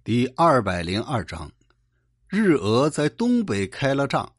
第202章，日俄在东北开了仗。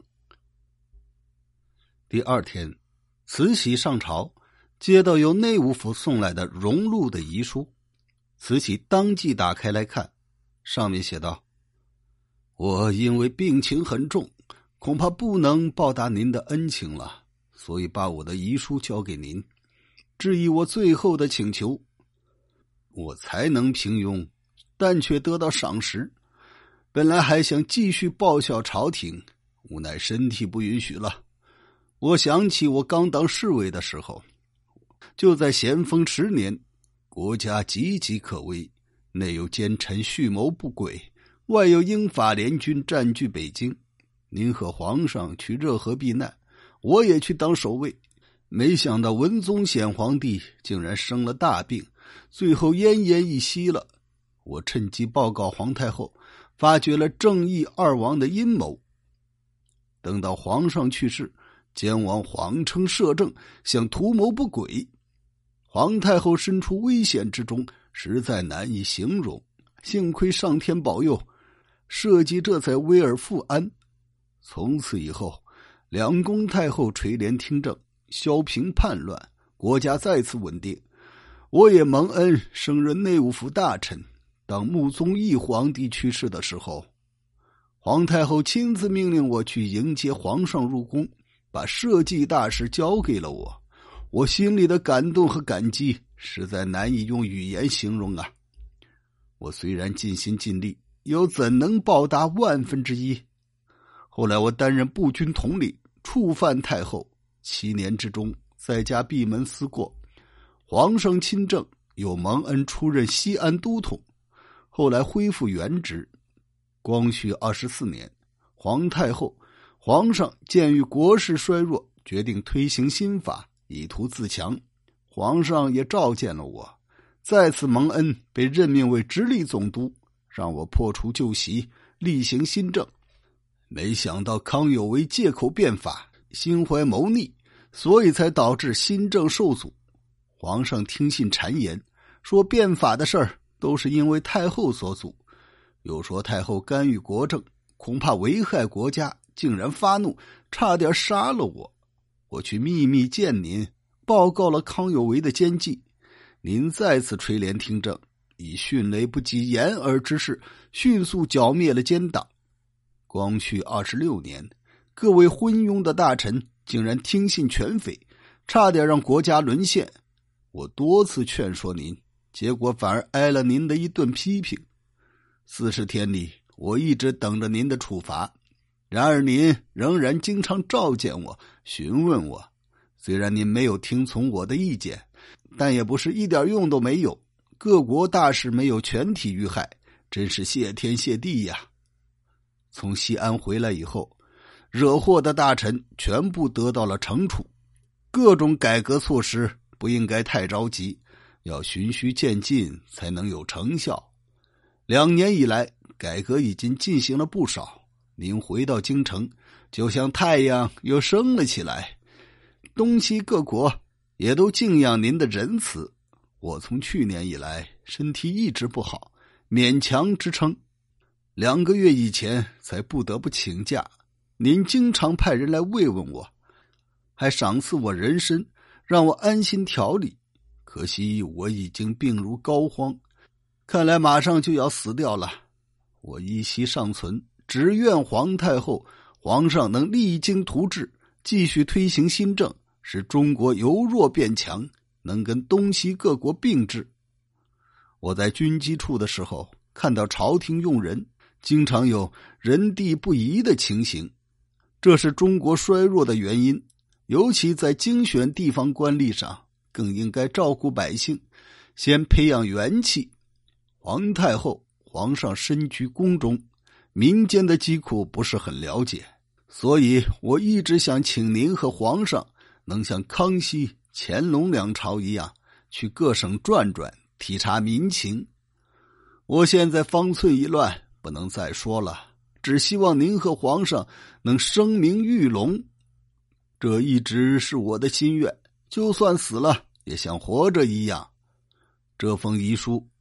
第二天，慈禧上朝，接到由内务府送来的荣禄的遗书，慈禧当即打开来看，上面写道：我因为病情很重，恐怕不能报答您的恩情了，所以把我的遗书交给您，致以我最后的请求。我才能平庸，但却得到赏识，本来还想继续报效朝廷，无奈身体不允许了。我想起我刚当侍卫的时候，就在咸丰10年，国家岌岌可危，内有奸臣蓄谋不轨，外有英法联军占据北京。您和皇上去热河避难，我也去当守卫。没想到文宗显皇帝竟然生了大病，最后奄奄一息了。我趁机报告皇太后，发觉了正义二王的阴谋。等到皇上去世，奸王谎称摄政，想图谋不轨。皇太后身处危险之中，实在难以形容。幸亏上天保佑，社稷这才危而复安。从此以后，两宫太后垂帘听政，消平叛乱，国家再次稳定。我也蒙恩升任内务府大臣。当穆宗义皇帝去世的时候，皇太后亲自命令我去迎接皇上入宫，把社稷大事交给了我。我心里的感动和感激实在难以用语言形容啊！我虽然尽心尽力，又怎能报答1/1000？后来我担任步军统领，触犯太后，7年之中在家闭门思过。皇上亲政，又蒙恩出任西安都统，后来恢复原职。光绪24年，皇太后、皇上鉴于国势衰弱，决定推行新法，以图自强。皇上也召见了我，再次蒙恩被任命为直隶总督，让我破除旧习，厉行新政。没想到康有为借口变法，心怀谋逆，所以才导致新政受阻。皇上听信谗言，说变法的事儿都是因为太后所阻，又说太后干预国政，恐怕危害国家，竟然发怒，差点杀了我。我去秘密见您，报告了康有为的奸计，您再次垂帘听政，以迅雷不及掩耳之势迅速剿灭了奸党。光绪26年，各位昏庸的大臣竟然听信权匪，差点让国家沦陷。我多次劝说您，结果反而挨了您的一顿批评。40天里，我一直等着您的处罚，然而您仍然经常召见我，询问我。虽然您没有听从我的意见，但也不是一点用都没有。各国大事没有全体遇害，真是谢天谢地呀！从西安回来以后，惹祸的大臣全部得到了惩处。各种改革措施不应该太着急，要循序渐进才能有成效。2年以来，改革已经进行了不少。您回到京城，就像太阳又升了起来。东西各国也都敬仰您的仁慈。我从去年以来身体一直不好，勉强支撑，2个月以前才不得不请假。您经常派人来慰问我，还赏赐我人参，让我安心调理。可惜我已经病入膏肓，看来马上就要死掉了。我一息尚存，只愿皇太后、皇上能励精图治，继续推行新政，使中国由弱变强，能跟东西各国并治。我在军机处的时候，看到朝廷用人经常有人地不宜的情形，这是中国衰弱的原因。尤其在精选地方官吏上，更应该照顾百姓，先培养元气。皇太后、皇上身居宫中，民间的疾苦不是很了解，所以我一直想请您和皇上能像康熙、乾隆2朝一样，去各省转转，体察民情。我现在方寸已乱，不能再说了，只希望您和皇上能声名玉龙。这一直是我的心愿，就算死了也像活着一样。这封遗书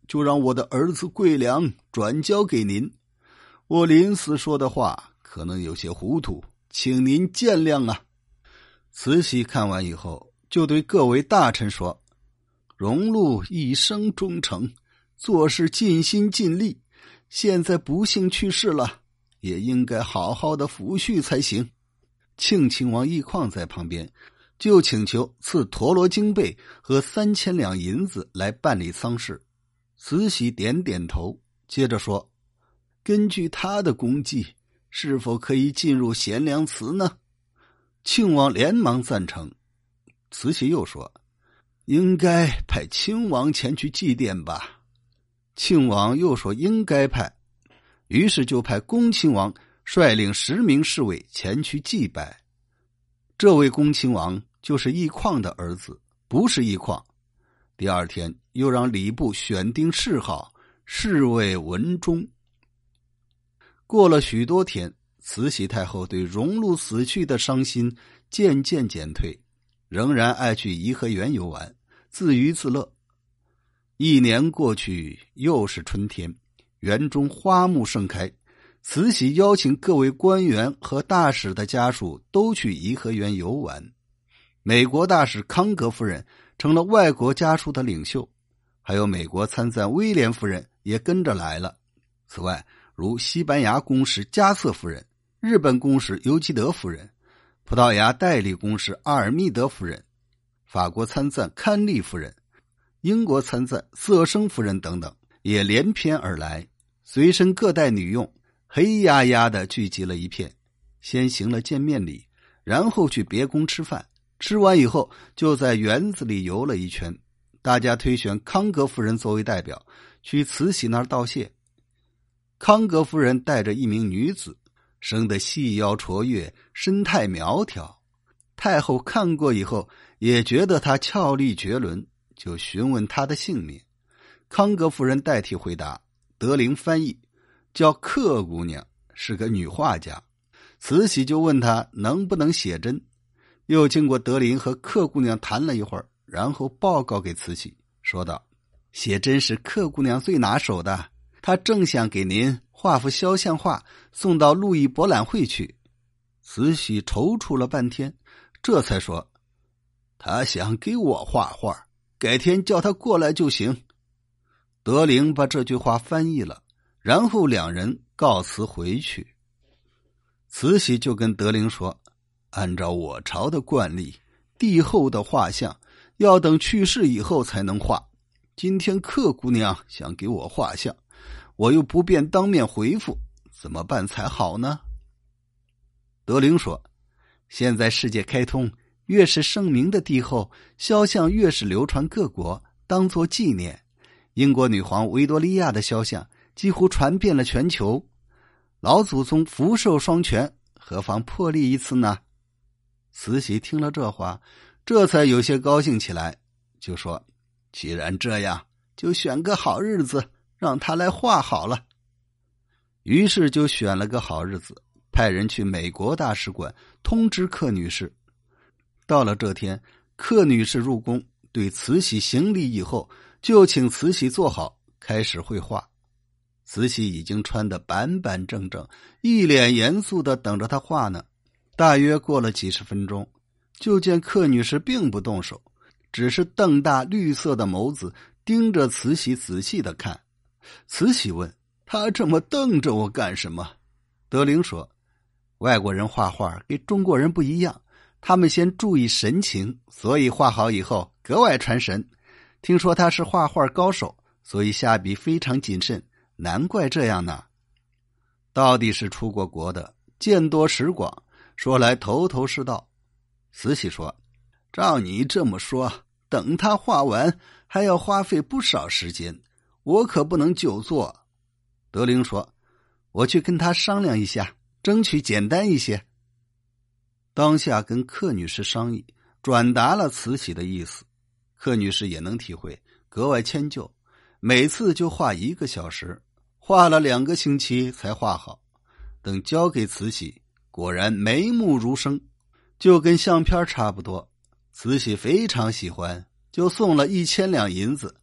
就让我的儿子桂良转交给您。我临死说的话可能有些糊涂，请您见谅啊。”慈禧看完以后，就对各位大臣说：“荣禄一生忠诚，做事尽心尽力，现在不幸去世了，也应该好好的抚恤才行。”庆亲王奕匡在旁边就请求赐陀罗金贝和3000两银子来办理丧事。慈禧点点头，接着说：“根据他的功绩，是否可以进入贤良祠呢？”庆王连忙赞成。慈禧又说：“应该派亲王前去祭奠吧。”庆王又说应该派，于是就派恭亲王率领10名侍卫前去祭拜。这位恭亲王就是奕匡的儿子，不是奕匡。第二天又让礼部选定谥号，谥为文忠。过了许多天，慈禧太后对荣禄死去的伤心渐渐减退，仍然爱去颐和园游玩，自娱自乐。1年过去，又是春天，园中花木盛开。慈禧邀请各位官员和大使的家属都去颐和园游玩。美国大使康格夫人成了外国家属的领袖，还有美国参赞威廉夫人也跟着来了。此外，如西班牙公使加瑟夫人、日本公使尤基德夫人、葡萄牙代理公使阿尔密德夫人、法国参赞堪利夫人、英国参赞瑟生夫人等等，也连篇而来，随身各带女佣，黑压压的聚集了一片，先行了见面礼，然后去别宫吃饭，吃完以后就在园子里游了一圈。大家推选康格夫人作为代表，去慈禧那儿道谢。康格夫人带着一名女子，生得细腰绰约，身态苗条。太后看过以后，也觉得她俏丽绝伦，就询问她的姓名。康格夫人代替回答，德龄翻译，叫克姑娘，是个女画家。慈禧就问她能不能写真，又经过德龄和克姑娘谈了一会儿，然后报告给慈禧，说道：“写真是克姑娘最拿手的，她正想给您画幅肖像画送到路易博览会去。”慈禧踌躇了半天，这才说：“她想给我画画，改天叫她过来就行。”德龄把这句话翻译了，然后两人告辞回去。慈禧就跟德龄说：“按照我朝的惯例，帝后的画像要等去世以后才能画。今天克姑娘想给我画像，我又不便当面回复，怎么办才好呢？”德龄说：“现在世界开通，越是盛名的帝后，肖像越是流传各国，当作纪念。英国女皇维多利亚的肖像几乎传遍了全球，老祖宗福寿双全，何妨破例一次呢？”慈禧听了这话，这才有些高兴起来，就说：“既然这样，就选个好日子，让她来画好了。”于是就选了个好日子，派人去美国大使馆通知克女士。到了这天，克女士入宫，对慈禧行礼以后，就请慈禧坐好，开始绘画。慈禧已经穿得板板正正，一脸严肃地等着她画呢。大约过了几十分钟，就见克女士并不动手，只是瞪大绿色的眸子盯着慈禧仔细地看。慈禧问：“她这么瞪着我干什么？”德龄说：“外国人画画跟中国人不一样，他们先注意神情，所以画好以后格外传神。听说他是画画高手，所以下笔非常谨慎，难怪这样呢。”到底是出过国的，见多识广，说来头头是道。慈禧说：“照你这么说，等他画完还要花费不少时间，我可不能久坐。”德龄说：“我去跟他商量一下，争取简单一些。”当下跟克女士商议，转达了慈禧的意思。克女士也能体会，格外迁就，每次就画1个小时，画了2个星期才画好。等交给慈禧，果然眉目如生，就跟相片差不多。慈禧非常喜欢，就送了1000两银子，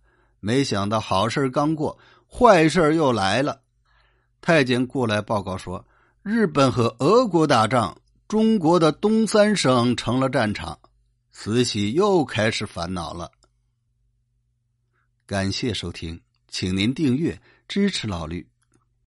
没想到好事刚过，坏事又来了。太监过来报告说，日本和俄国打仗，中国的东三省成了战场。慈禧又开始烦恼了。感谢收听，请您订阅支持老律。